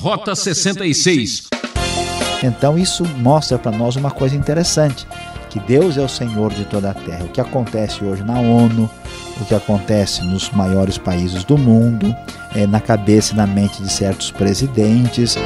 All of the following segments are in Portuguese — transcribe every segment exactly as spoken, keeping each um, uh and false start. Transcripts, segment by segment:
Rota sessenta e seis. Então isso mostra para nós uma coisa interessante, que Deus é o Senhor de toda a terra. O que acontece hoje na ONU, o que acontece nos maiores países do mundo, é, na cabeça e na mente de certos presidentes.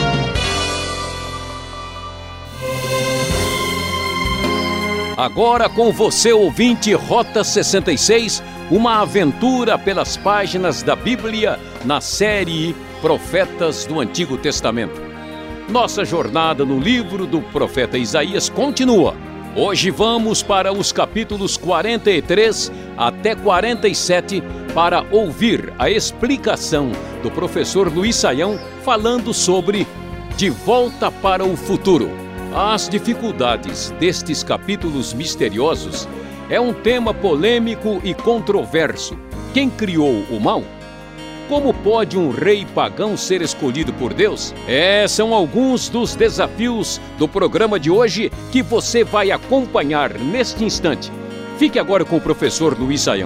Agora com você, ouvinte Rota sessenta e seis, uma aventura pelas páginas da Bíblia na série Profetas do Antigo Testamento. Nossa jornada no livro do profeta Isaías continua. Hoje vamos para os capítulos quarenta e três até quarenta e sete para ouvir a explicação do professor Luiz Saião falando sobre De Volta para o Futuro. As dificuldades destes capítulos misteriosos é um tema polêmico e controverso. Quem criou o mal? Como pode um rei pagão ser escolhido por Deus? É, são alguns dos desafios do programa de hoje que você vai acompanhar neste instante. Fique agora com o professor Luiz Saião.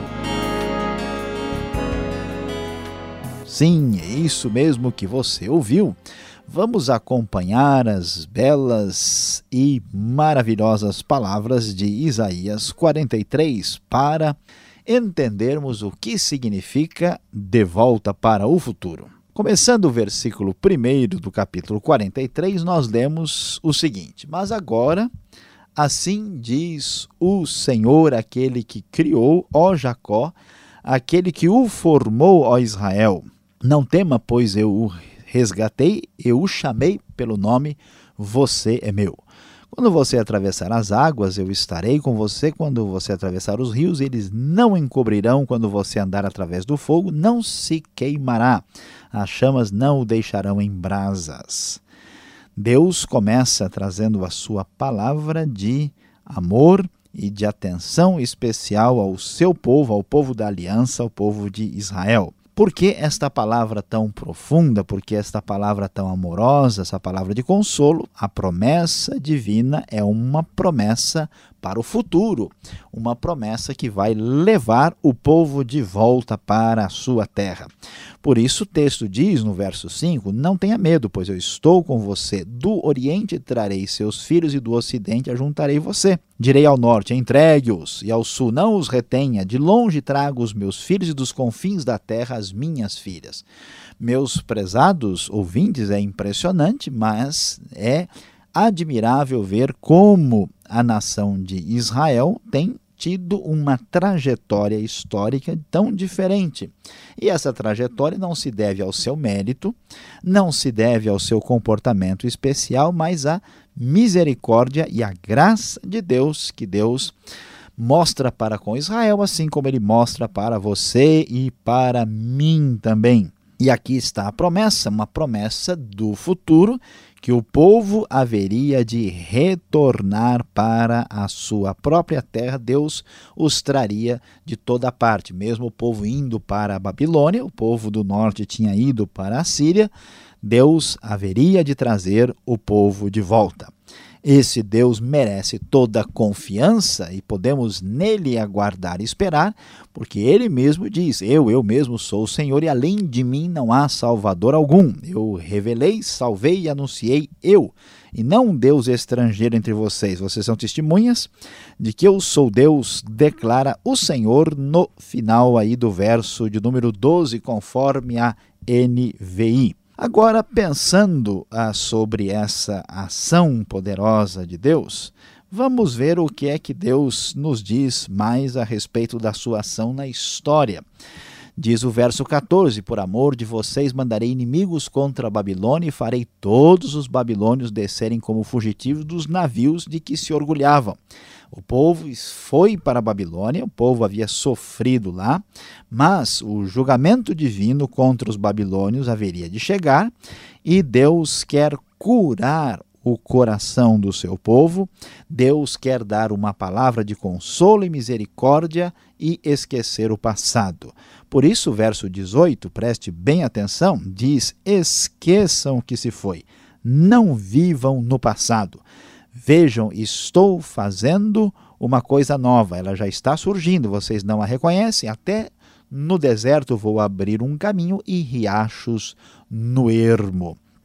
Sim, é isso mesmo que você ouviu. Vamos acompanhar as belas e maravilhosas palavras de Isaías quarenta e três para entendermos o que significa De Volta para o Futuro. Começando o versículo primeiro do capítulo quarenta e três, nós lemos o seguinte: Mas agora, assim diz o Senhor, aquele que criou, ó Jacó, aquele que o formou, ó Israel. Não tema, pois eu o resgatei, eu o chamei pelo nome, você é meu. Quando você atravessar as águas, eu estarei com você. Quando você atravessar os rios, eles não encobrirão. Quando você andar através do fogo, não se queimará. As chamas não o deixarão em brasas. Deus começa trazendo a sua palavra de amor e de atenção especial ao seu povo, ao povo da aliança, ao povo de Israel. Por que esta palavra tão profunda? Por que esta palavra tão amorosa, essa palavra de consolo? A promessa divina é uma promessa para o futuro, uma promessa que vai levar o povo de volta para a sua terra. Por isso o texto diz no verso cinco, não tenha medo, pois eu estou com você. Do oriente trarei seus filhos e do ocidente ajuntarei você. Direi ao norte, entregue-os, e ao sul não os retenha. De longe trago os meus filhos e dos confins da terra as minhas filhas. Meus prezados ouvintes, é impressionante, mas é admirável ver como a nação de Israel tem tido uma trajetória histórica tão diferente. E essa trajetória não se deve ao seu mérito, não se deve ao seu comportamento especial, mas à misericórdia e à graça de Deus, que Deus mostra para com Israel, assim como ele mostra para você e para mim também. E aqui está a promessa, uma promessa do futuro, que o povo haveria de retornar para a sua própria terra. Deus os traria de toda parte, mesmo o povo indo para a Babilônia, o povo do norte tinha ido para a Síria, Deus haveria de trazer o povo de volta. Esse Deus merece toda a confiança e podemos nele aguardar e esperar, porque ele mesmo diz, eu, eu mesmo sou o Senhor e além de mim não há salvador algum. Eu revelei, salvei e anunciei eu, e não um Deus estrangeiro entre vocês. Vocês são testemunhas de que eu sou Deus, declara o Senhor no final aí do verso de número doze, conforme a N V I. Agora, pensando ah, sobre essa ação poderosa de Deus, vamos ver o que é que Deus nos diz mais a respeito da sua ação na história. Diz o verso quatorze, por amor de vocês mandarei inimigos contra a Babilônia e farei todos os babilônios descerem como fugitivos dos navios de que se orgulhavam. O povo foi para a Babilônia, o povo havia sofrido lá, mas o julgamento divino contra os babilônios haveria de chegar e Deus quer curar o coração do seu povo, Deus quer dar uma palavra de consolo e misericórdia e esquecer o passado. Por isso, o verso dezoito, preste bem atenção, diz, esqueçam o que se foi, não vivam no passado. Vejam, estou fazendo uma coisa nova, ela já está surgindo, vocês não a reconhecem, até no deserto vou abrir um caminho e riachos no ermo.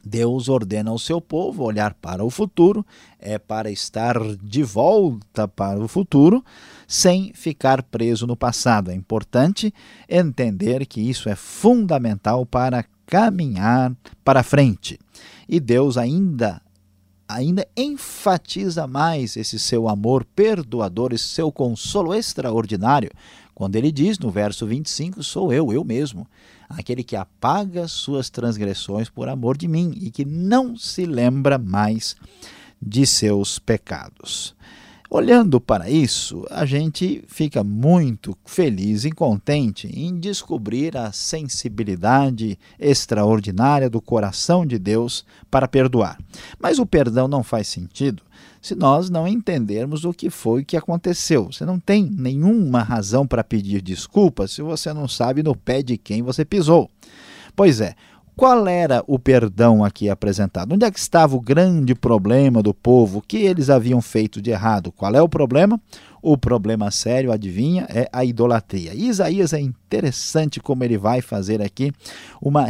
Deus ordena ao seu povo olhar para o futuro, é para estar de volta para o futuro, sem ficar preso no passado. É importante entender que isso é fundamental para caminhar para frente. E Deus ainda, ainda enfatiza mais esse seu amor perdoador, esse seu consolo extraordinário, quando ele diz no verso vinte e cinco, sou eu, eu mesmo, aquele que apaga suas transgressões por amor de mim e que não se lembra mais de seus pecados. Olhando para isso, a gente fica muito feliz e contente em descobrir a sensibilidade extraordinária do coração de Deus para perdoar. Mas o perdão não faz sentido se nós não entendermos o que foi que aconteceu. Você não tem nenhuma razão para pedir desculpas se você não sabe no pé de quem você pisou. Pois é, qual era o perdão aqui apresentado? Onde é que estava o grande problema do povo? O que eles haviam feito de errado? Qual é o problema? O problema sério, adivinha, é a idolatria. E Isaías é interessante como ele vai fazer aqui uma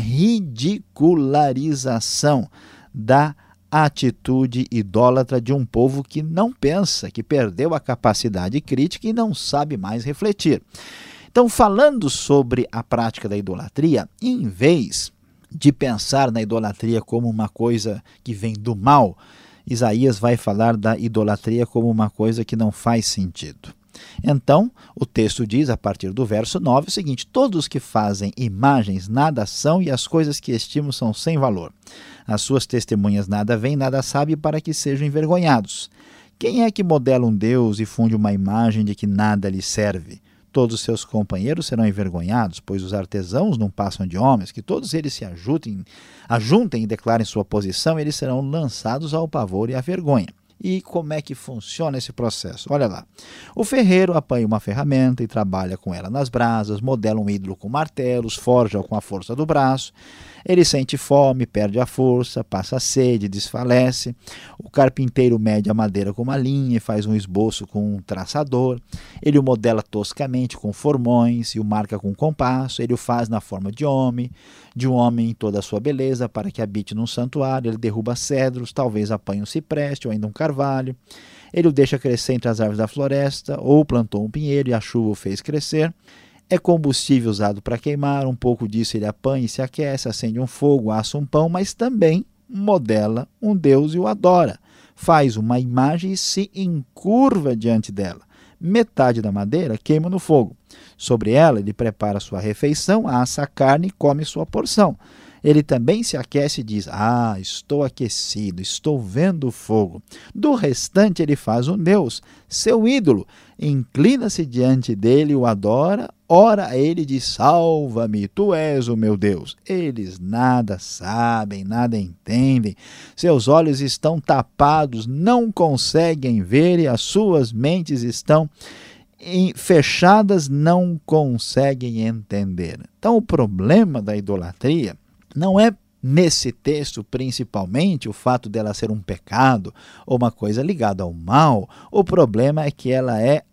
ridicularização da a atitude idólatra de um povo que não pensa, que perdeu a capacidade crítica e não sabe mais refletir. Então, falando sobre a prática da idolatria, em vez de pensar na idolatria como uma coisa que vem do mal, Isaías vai falar da idolatria como uma coisa que não faz sentido. Então, o texto diz, a partir do verso nove, o seguinte: todos que fazem imagens nada são e as coisas que estimam são sem valor. As suas testemunhas nada veem, nada sabem para que sejam envergonhados. Quem é que modela um Deus e funde uma imagem de que nada lhe serve? Todos os seus companheiros serão envergonhados, pois os artesãos não passam de homens, que todos eles se ajuntem, ajuntem e declarem sua posição, eles serão lançados ao pavor e à vergonha. E como é que funciona esse processo? Olha lá, o ferreiro apanha uma ferramenta e trabalha com ela nas brasas, modela um ídolo com martelos, forja com a força do braço. Ele sente fome, perde a força, passa sede, desfalece. O carpinteiro mede a madeira com uma linha e faz um esboço com um traçador. Ele o modela toscamente com formões e o marca com compasso. Ele o faz na forma de homem, de um homem em toda a sua beleza, para que habite num santuário. Ele derruba cedros, talvez apanhe um cipreste ou ainda um carvalho. Ele o deixa crescer entre as árvores da floresta, ou plantou um pinheiro e a chuva o fez crescer. É combustível usado para queimar, um pouco disso ele apanha e se aquece, acende um fogo, assa um pão, mas também modela um Deus e o adora. Faz uma imagem e se encurva diante dela. Metade da madeira queima no fogo. Sobre ela ele prepara sua refeição, assa a carne e come sua porção. Ele também se aquece e diz, ah, estou aquecido, estou vendo o fogo. Do restante ele faz um Deus, seu ídolo, inclina-se diante dele, o adora, ora a ele e diz, salva-me, tu és o meu Deus. Eles nada sabem, nada entendem, seus olhos estão tapados, não conseguem ver e as suas mentes estão fechadas, não conseguem entender. Então o problema da idolatria não é nesse texto principalmente o fato dela ser um pecado ou uma coisa ligada ao mal. O problema é que ela é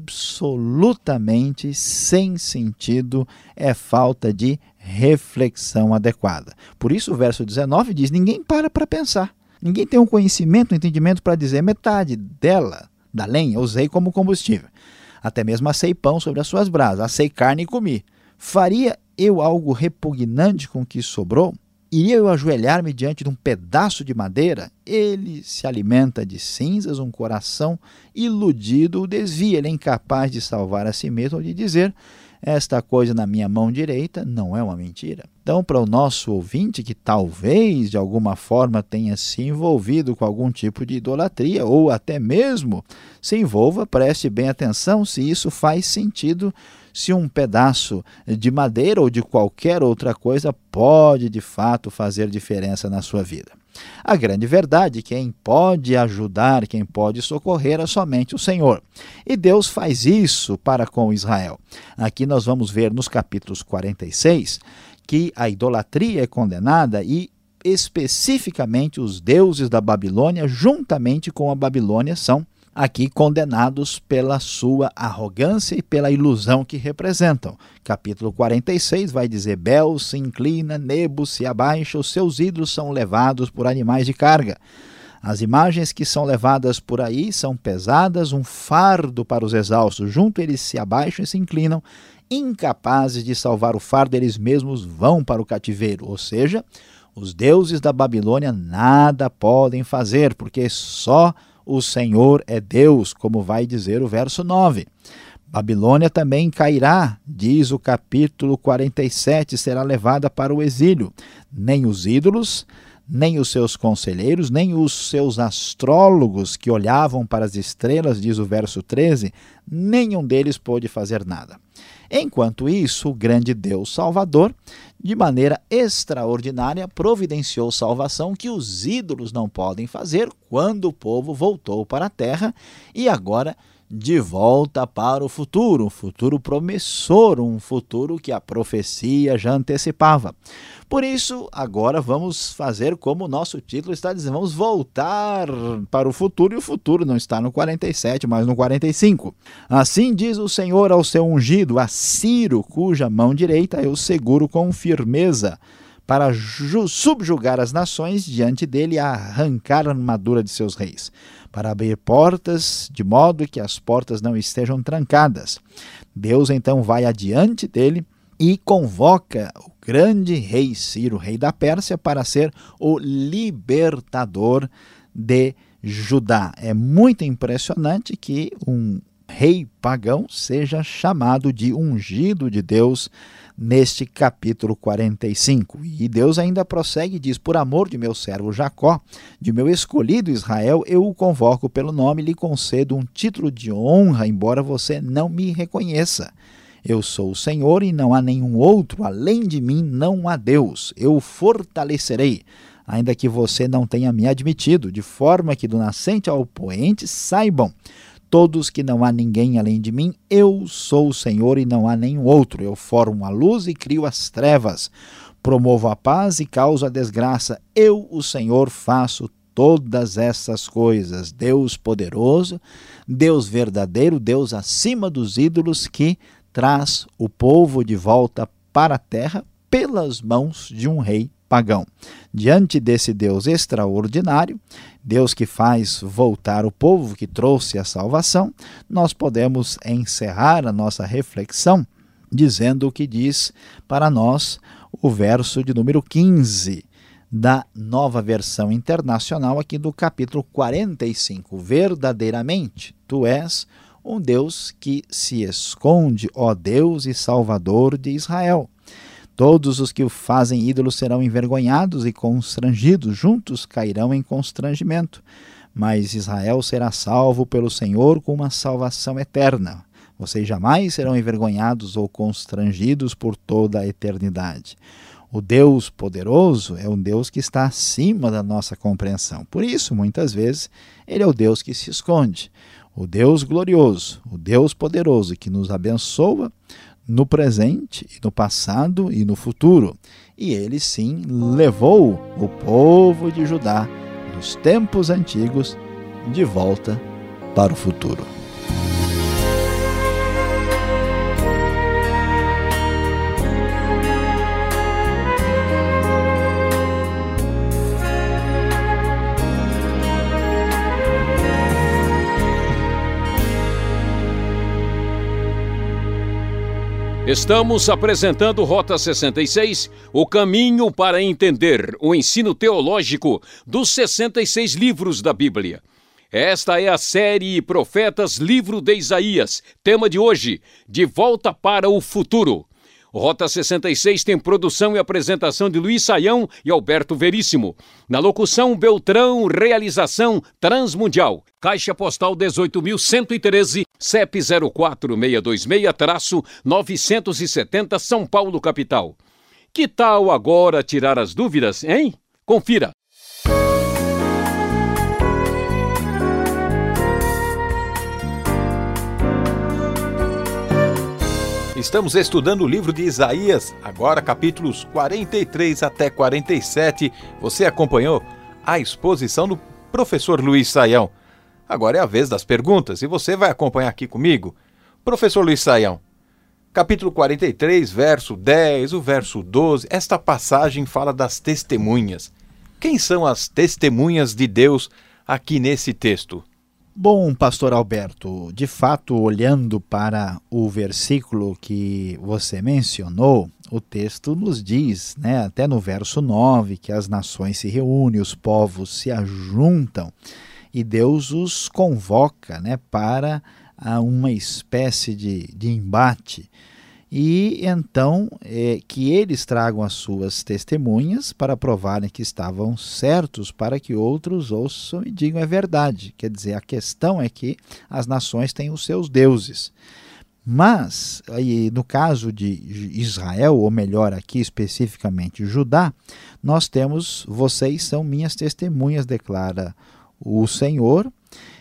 absolutamente sem sentido, é falta de reflexão adequada. Por isso o verso dezenove diz, ninguém para para pensar, ninguém tem um conhecimento, um entendimento para dizer, metade dela, da lenha, usei como combustível. Até mesmo assei pão sobre as suas brasas, assei carne e comi. Faria eu algo repugnante com o que sobrou? Iria eu ajoelhar-me diante de um pedaço de madeira? Ele se alimenta de cinzas, um coração iludido o desvia. Ele é incapaz de salvar a si mesmo ou de dizer, esta coisa na minha mão direita não é uma mentira. Então, para o nosso ouvinte que talvez de alguma forma tenha se envolvido com algum tipo de idolatria ou até mesmo se envolva, preste bem atenção se isso faz sentido, se um pedaço de madeira ou de qualquer outra coisa pode de fato fazer diferença na sua vida. A grande verdade é que quem pode ajudar, quem pode socorrer é somente o Senhor. E Deus faz isso para com Israel. Aqui nós vamos ver nos capítulos quarenta e seis que a idolatria é condenada e especificamente os deuses da Babilônia, juntamente com a Babilônia, são aqui condenados pela sua arrogância e pela ilusão que representam. Capítulo quarenta e seis vai dizer: Bel se inclina, Nebo se abaixa, os seus ídolos são levados por animais de carga. As imagens que são levadas por aí são pesadas, um fardo para os exaustos. Junto eles se abaixam e se inclinam, incapazes de salvar o fardo, eles mesmos vão para o cativeiro. Ou seja, os deuses da Babilônia nada podem fazer, porque só o Senhor é Deus, como vai dizer o verso nove. Babilônia também cairá, diz o capítulo quarenta e sete, será levada para o exílio. Nem os ídolos, nem os seus conselheiros, nem os seus astrólogos que olhavam para as estrelas, diz o verso treze, nenhum deles pôde fazer nada. Enquanto isso, o grande Deus Salvador, de maneira extraordinária, providenciou salvação que os ídolos não podem fazer quando o povo voltou para a terra e agora de volta para o futuro, um futuro promissor, um futuro que a profecia já antecipava. Por isso, agora vamos fazer como o nosso título está dizendo, vamos voltar para o futuro, e o futuro não está no quarenta e sete, mas no quarenta e cinco. Assim diz o Senhor ao seu ungido, a Ciro, cuja mão direita eu seguro com firmeza, para subjugar as nações diante dele e arrancar a armadura de seus reis, para abrir portas, de modo que as portas não estejam trancadas. Deus então vai adiante dele e convoca o grande rei Ciro, rei da Pérsia, para ser o libertador de Judá. É muito impressionante que um rei pagão seja chamado de ungido de Deus neste capítulo quarenta e cinco. E Deus ainda prossegue e diz: por amor de meu servo Jacó, de meu escolhido Israel, eu o convoco pelo nome e lhe concedo um título de honra, embora você não me reconheça. Eu sou o Senhor e não há nenhum outro, além de mim não há Deus. Eu o fortalecerei, ainda que você não tenha me admitido, de forma que do nascente ao poente saibam todos que não há ninguém além de mim. Eu sou o Senhor e não há nenhum outro. Eu formo a luz e crio as trevas, promovo a paz e causo a desgraça. Eu, o Senhor, faço todas essas coisas. Deus poderoso, Deus verdadeiro, Deus acima dos ídolos, que traz o povo de volta para a terra pelas mãos de um rei pagão. Diante desse Deus extraordinário, Deus que faz voltar o povo, que trouxe a salvação, nós podemos encerrar a nossa reflexão dizendo o que diz para nós o verso de número quinze da Nova Versão Internacional, aqui do capítulo quarenta e cinco. Verdadeiramente, tu és um Deus que se esconde, ó Deus e Salvador de Israel. Todos os que o fazem ídolos serão envergonhados e constrangidos, juntos cairão em constrangimento. Mas Israel será salvo pelo Senhor com uma salvação eterna. Vocês jamais serão envergonhados ou constrangidos por toda a eternidade. O Deus poderoso é um Deus que está acima da nossa compreensão. Por isso, muitas vezes, ele é o Deus que se esconde. O Deus glorioso, o Deus poderoso que nos abençoa no presente, no passado e no futuro. E ele sim levou o povo de Judá nos tempos antigos de volta para o futuro. Estamos apresentando Rota sessenta e seis, o caminho para entender o ensino teológico dos sessenta e seis livros da Bíblia. Esta é a série Profetas, livro de Isaías. Tema de hoje, De Volta para o Futuro. Rota sessenta e seis tem produção e apresentação de Luiz Saião e Alberto Veríssimo. Na locução, Beltrão, realização Transmundial. Caixa Postal dezoito mil cento e treze, C E P zero quatro seis dois seis, novecentos e setenta, São Paulo, capital. Que tal agora tirar as dúvidas, hein? Confira! Estamos estudando o livro de Isaías, agora capítulos quarenta e três até quarenta e sete. Você acompanhou a exposição do professor Luiz Saião. Agora é a vez das perguntas e você vai acompanhar aqui comigo. Professor Luiz Saião, capítulo quarenta e três, verso dez, o verso doze, esta passagem fala das testemunhas. Quem são as testemunhas de Deus aqui nesse texto? Bom, pastor Alberto, de fato, olhando para o versículo que você mencionou, o texto nos diz, né, até no verso nove, que as nações se reúnem, os povos se ajuntam e Deus os convoca, né, para uma espécie de, de embate. E então é, que eles tragam as suas testemunhas para provarem que estavam certos, para que outros ouçam e digam é verdade. Quer dizer, a questão é que as nações têm os seus deuses. Mas, aí, no caso de Israel, ou melhor aqui especificamente Judá, nós temos, vocês são minhas testemunhas, declara o Senhor,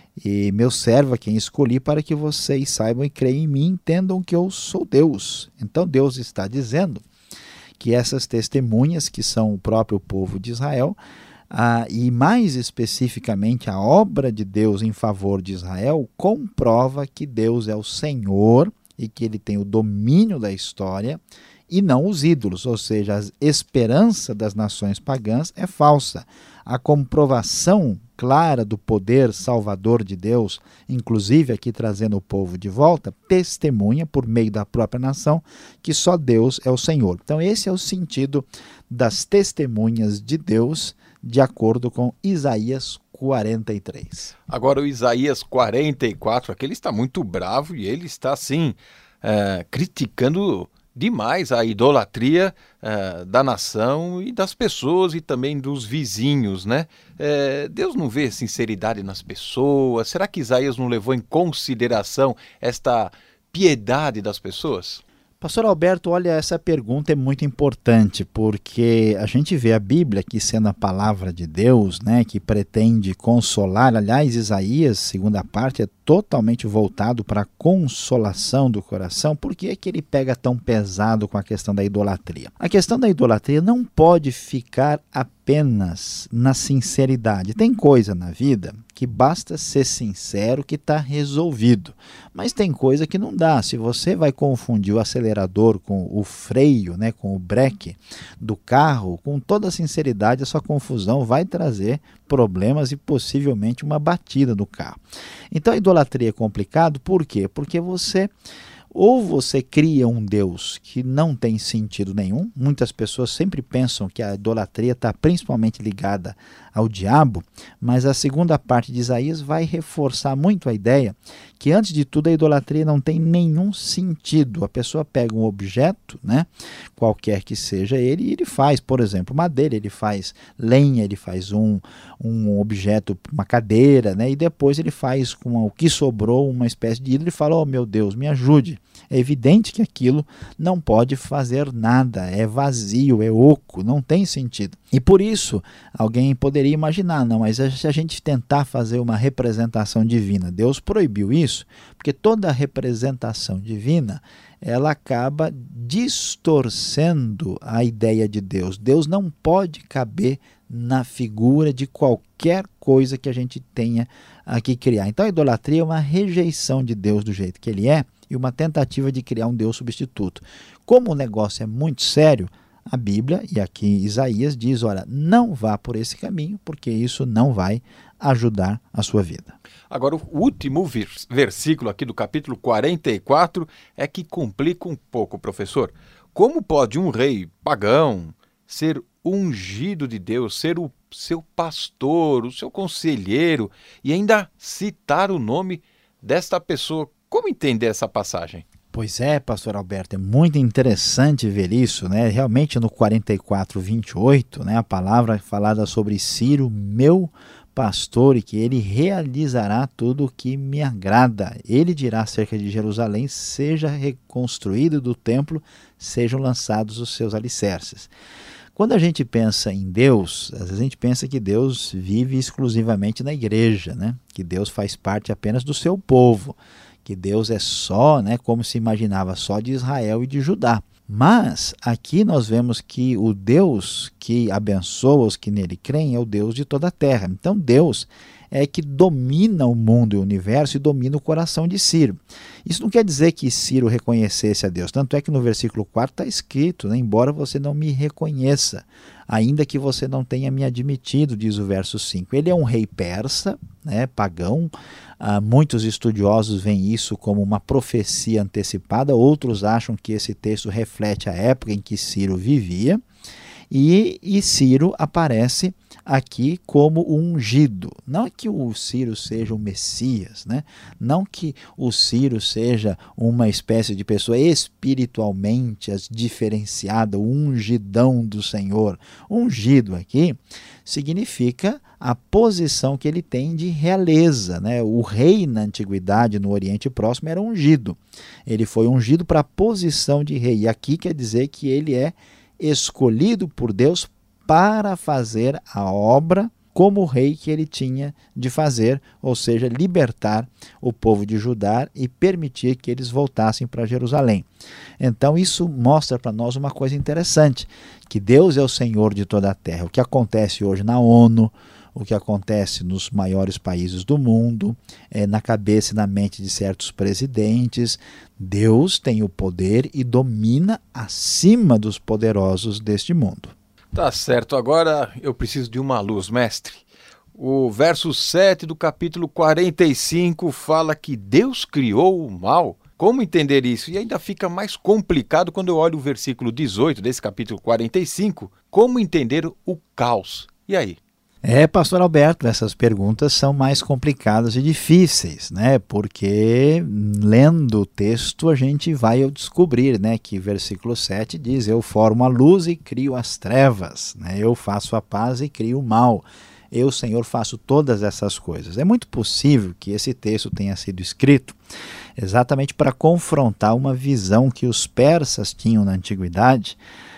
e meu servo a quem escolhi para que vocês saibam e creiam em mim, entendam que eu sou Deus. Então Deus está dizendo que essas testemunhas, que são o próprio povo de Israel, ah, e mais especificamente a obra de Deus em favor de Israel, comprova que Deus é o Senhor e que ele tem o domínio da história e não os ídolos, ou seja, a esperança das nações pagãs é falsa. A comprovação clara do poder salvador de Deus, inclusive aqui trazendo o povo de volta, testemunha por meio da própria nação que só Deus é o Senhor. Então esse é o sentido das testemunhas de Deus, de acordo com Isaías quarenta e três. Agora o Isaías quarenta e quatro, aqui ele está muito bravo e ele está assim, é, criticando demais a idolatria uh, da nação e das pessoas e também dos vizinhos, né? É, Deus não vê sinceridade nas pessoas? Será que Isaías não levou em consideração esta piedade das pessoas? Pastor Alberto, olha, essa pergunta é muito importante, porque a gente vê a Bíblia aqui sendo a palavra de Deus, né, que pretende consolar. Aliás, Isaías, segunda parte, é totalmente voltado para a consolação do coração. Por que é que ele pega tão pesado com a questão da idolatria? A questão da idolatria não pode ficar apenas na sinceridade. Tem coisa na vida que basta ser sincero que está resolvido. Mas tem coisa que não dá. Se você vai confundir o acelerador com o freio, né, com o breque do carro, com toda sinceridade, a sua confusão vai trazer problemas e possivelmente uma batida do carro. Então a idolatria é complicado, por quê? Porque você... ou você cria um Deus que não tem sentido nenhum. Muitas pessoas sempre pensam que a idolatria está principalmente ligada ao diabo, mas a segunda parte de Isaías vai reforçar muito a ideia que, antes de tudo, a idolatria não tem nenhum sentido. A pessoa pega um objeto, né, qualquer que seja ele, e ele faz, por exemplo, madeira, ele faz lenha, ele faz um, um objeto, uma cadeira, né, e depois ele faz com o que sobrou uma espécie de ídolo e fala, oh meu Deus, me ajude. É evidente que aquilo não pode fazer nada, é vazio, é oco, não tem sentido. E por isso, alguém poderia imaginar, não, mas se a gente tentar fazer uma representação divina, Deus proibiu isso, porque toda representação divina, ela acaba distorcendo a ideia de Deus. Deus não pode caber na figura de qualquer coisa que a gente tenha aqui criar. Então a idolatria é uma rejeição de Deus do jeito que ele é, e uma tentativa de criar um Deus substituto. Como o negócio é muito sério, a Bíblia, e aqui Isaías, diz, olha, não vá por esse caminho, porque isso não vai ajudar a sua vida. Agora, o último vers- versículo aqui do capítulo quarenta e quatro é que complica um pouco, professor. Como pode um rei pagão ser ungido de Deus, ser o seu pastor, o seu conselheiro, e ainda citar o nome desta pessoa? Como entender essa passagem? Pois é, pastor Alberto, é muito interessante ver isso, né? Realmente no quarenta e quatro, vinte e oito, né, a palavra falada sobre Ciro, meu pastor, e que ele realizará tudo o que me agrada. Ele dirá acerca de Jerusalém, seja reconstruído do templo, sejam lançados os seus alicerces. Quando a gente pensa em Deus, às vezes a gente pensa que Deus vive exclusivamente na igreja, né? Que Deus faz parte apenas do seu povo, que Deus é só, né, como se imaginava, só de Israel e de Judá. Mas aqui nós vemos que o Deus que abençoa os que nele creem é o Deus de toda a terra. Então Deus é que domina o mundo e o universo e domina o coração de Ciro. Isso não quer dizer que Ciro reconhecesse a Deus, tanto é que no versículo quatro está escrito, né, embora você não me reconheça, ainda que você não tenha me admitido, diz o verso cinco. Ele é um rei persa, né, pagão. Ah, muitos estudiosos veem isso como uma profecia antecipada, outros acham que esse texto reflete a época em que Ciro vivia, e, e Ciro aparece aqui como o ungido. Não que o Ciro seja o Messias, né? Não que o Ciro seja uma espécie de pessoa espiritualmente diferenciada, o ungidão do Senhor. Ungido aqui significa a posição que ele tem de realeza, né? O rei na antiguidade, no Oriente Próximo, era ungido. Ele foi ungido para a posição de rei. E aqui quer dizer que ele é escolhido por Deus para fazer a obra como o rei que ele tinha de fazer, ou seja, libertar o povo de Judá e permitir que eles voltassem para Jerusalém. Então isso mostra para nós uma coisa interessante, que Deus é o Senhor de toda a terra. O que acontece hoje na ONU, o que acontece nos maiores países do mundo, é, na cabeça e na mente de certos presidentes, Deus tem o poder e domina acima dos poderosos deste mundo. Tá certo, agora eu preciso de uma luz, mestre. O verso sete do capítulo quarenta e cinco fala que Deus criou o mal. Como entender isso? E ainda fica mais complicado quando eu olho o versículo dezoito desse capítulo quarenta e cinco. Como entender o caos? E aí? É, pastor Alberto, essas perguntas são mais complicadas e difíceis, né? Porque lendo o texto a gente vai ao descobrir, né, que versículo sete diz: eu formo a luz e crio as trevas, né? Eu faço a paz e crio o mal. Eu, Senhor, faço todas essas coisas. É muito possível que esse texto tenha sido escrito exatamente para confrontar uma visão que os persas tinham na antiguidade,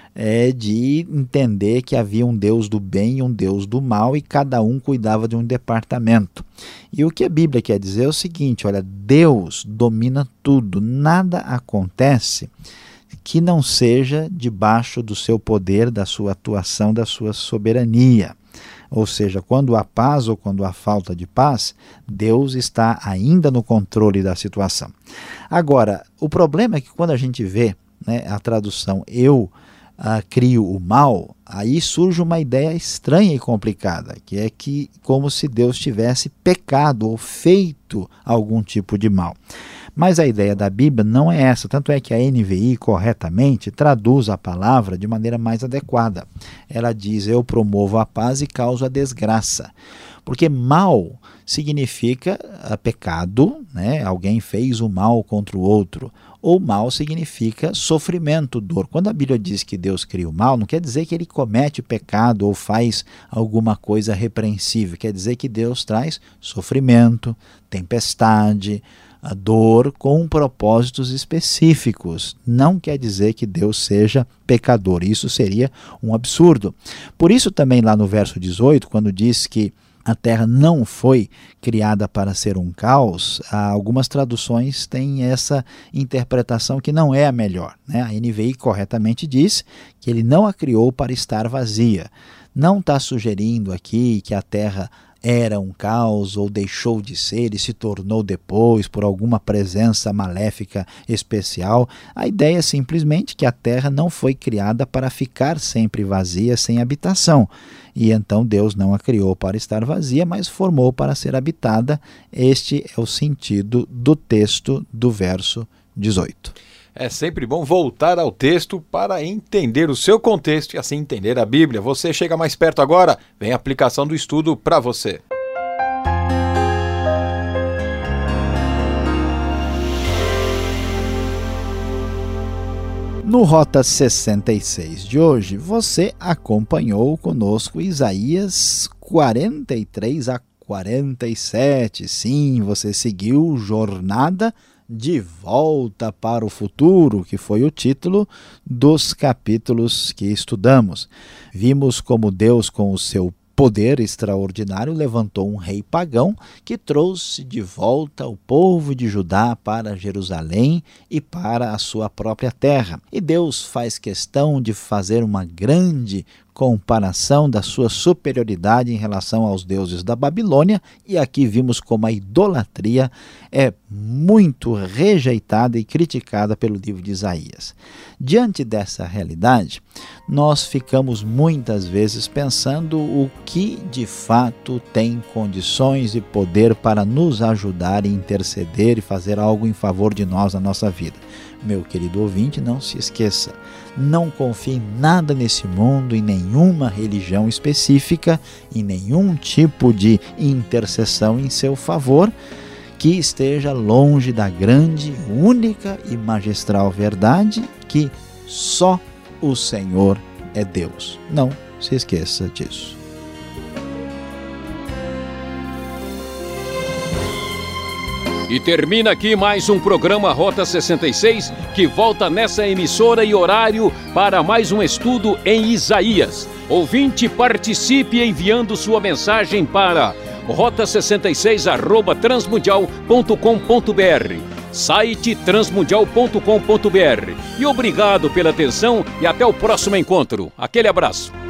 É de entender que havia um Deus do bem e um Deus do mal e cada um cuidava de um departamento. E o que a Bíblia quer dizer é o seguinte: olha, Deus domina tudo, nada acontece que não seja debaixo do seu poder, da sua atuação, da sua soberania. Ou seja, quando há paz ou quando há falta de paz, Deus está ainda no controle da situação. Agora, o problema é que quando a gente vê, né, a tradução eu Ah, crio o mal, aí surge uma ideia estranha e complicada, que é que como se Deus tivesse pecado ou feito algum tipo de mal. Mas a ideia da Bíblia não é essa, tanto é que a N V I corretamente traduz a palavra de maneira mais adequada. Ela diz: eu promovo a paz e causo a desgraça. Porque mal significa uh, pecado, né? Alguém fez o mal contra o outro. Ou mal significa sofrimento, dor. Quando a Bíblia diz que Deus cria o mal, não quer dizer que ele comete pecado ou faz alguma coisa repreensível. Quer dizer que Deus traz sofrimento, tempestade, a dor com propósitos específicos. Não quer dizer que Deus seja pecador. Isso seria um absurdo. Por isso também lá no verso dezoito, quando diz que a terra não foi criada para ser um caos, algumas traduções têm essa interpretação que não é a melhor, né? A N V I corretamente diz que ele não a criou para estar vazia. Não está sugerindo aqui que a terra era um caos ou deixou de ser e se tornou depois por alguma presença maléfica especial. A ideia é simplesmente que a terra não foi criada para ficar sempre vazia, sem habitação. E então Deus não a criou para estar vazia, mas formou para ser habitada. Este é o sentido do texto do verso dezoito. É sempre bom voltar ao texto para entender o seu contexto e assim entender a Bíblia. Você chega mais perto agora, vem a aplicação do estudo para você. No Rota sessenta e seis de hoje, você acompanhou conosco Isaías quarenta e três a quarenta e sete. Sim, você seguiu Jornada de Volta para o Futuro, que foi o título dos capítulos que estudamos. Vimos como Deus, com o seu poder extraordinário, levantou um rei pagão que trouxe de volta o povo de Judá para Jerusalém e para a sua própria terra. E Deus faz questão de fazer uma grande comparação da sua superioridade em relação aos deuses da Babilônia, e aqui vimos como a idolatria é muito rejeitada e criticada pelo livro de Isaías. Diante dessa realidade, nós ficamos muitas vezes pensando o que de fato tem condições e poder para nos ajudar e interceder e fazer algo em favor de nós na nossa vida. Meu querido ouvinte, não se esqueça, não confie em nada nesse mundo, em nenhuma religião específica, em nenhum tipo de intercessão em seu favor, que esteja longe da grande, única e magistral verdade que só o Senhor é Deus. Não se esqueça disso. E termina aqui mais um programa Rota sessenta e seis, que volta nessa emissora e horário para mais um estudo em Isaías. Ouvinte, participe enviando sua mensagem para rota sessenta e seis arroba transmundial ponto com ponto br, site transmundial ponto com ponto br. E obrigado pela atenção e até o próximo encontro. Aquele abraço.